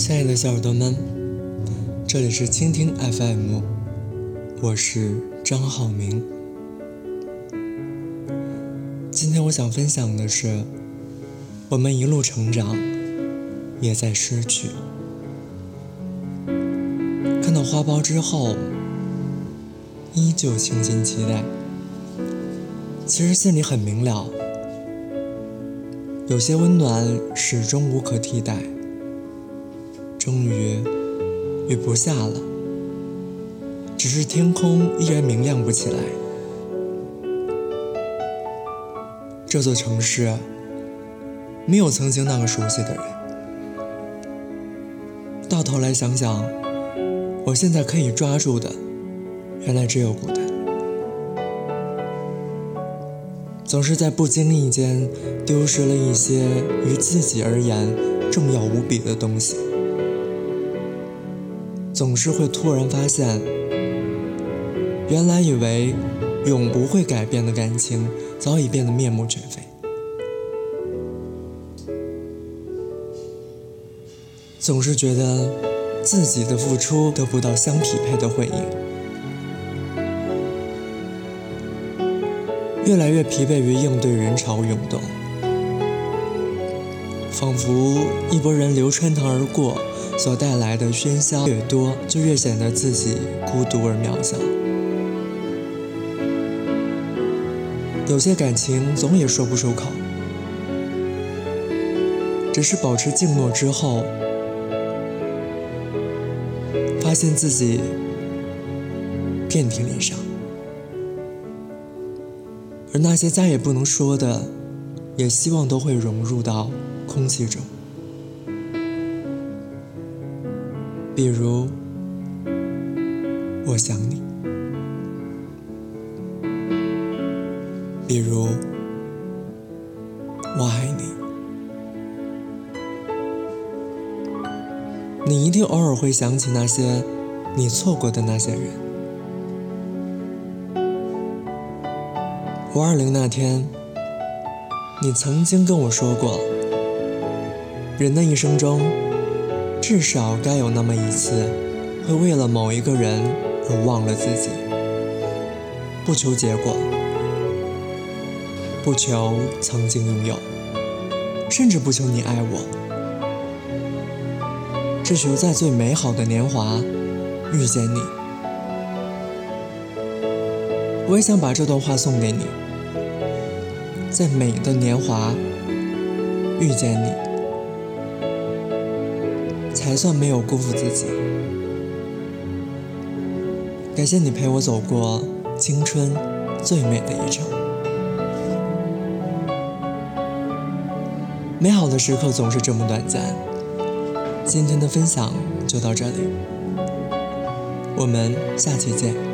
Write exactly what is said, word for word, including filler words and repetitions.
亲爱的小耳朵们，这里是蜻蜓 F M， 我是张浩明。今天我想分享的是，我们一路成长，也在失去。看到花苞之后，依旧倾心期待。其实心里很明了，有些温暖始终无可替代，终于雨不下了，只是天空依然明亮不起来。这座城市没有曾经那个熟悉的人，到头来想想，我现在可以抓住的原来只有孤单。总是在不经意间丢失了一些于自己而言重要无比的东西，总是会突然发现，原来以为永不会改变的感情早已变得面目全非。总是觉得自己的付出得不到相匹配的回应，越来越疲惫于应对人潮涌动，仿佛一拨人流穿堂而过，所带来的喧嚣越多，就越显得自己孤独而渺小。有些感情总也说不出口，只是保持静默之后，发现自己遍体鳞伤。而那些再也不能说的，也希望都会融入到空气中。比如，我想你；比如，我爱你。你一定偶尔会想起那些你错过的那些人。五二零那天，你曾经跟我说过，人的一生中至少该有那么一次会为了某一个人而忘了自己，不求结果，不求曾经拥有，甚至不求你爱我，只求在最美好的年华遇见你。我也想把这段话送给你，在美的年华遇见你，才算没有辜负自己。感谢你陪我走过青春最美的一程。美好的时刻总是这么短暂，今天的分享就到这里，我们下期见。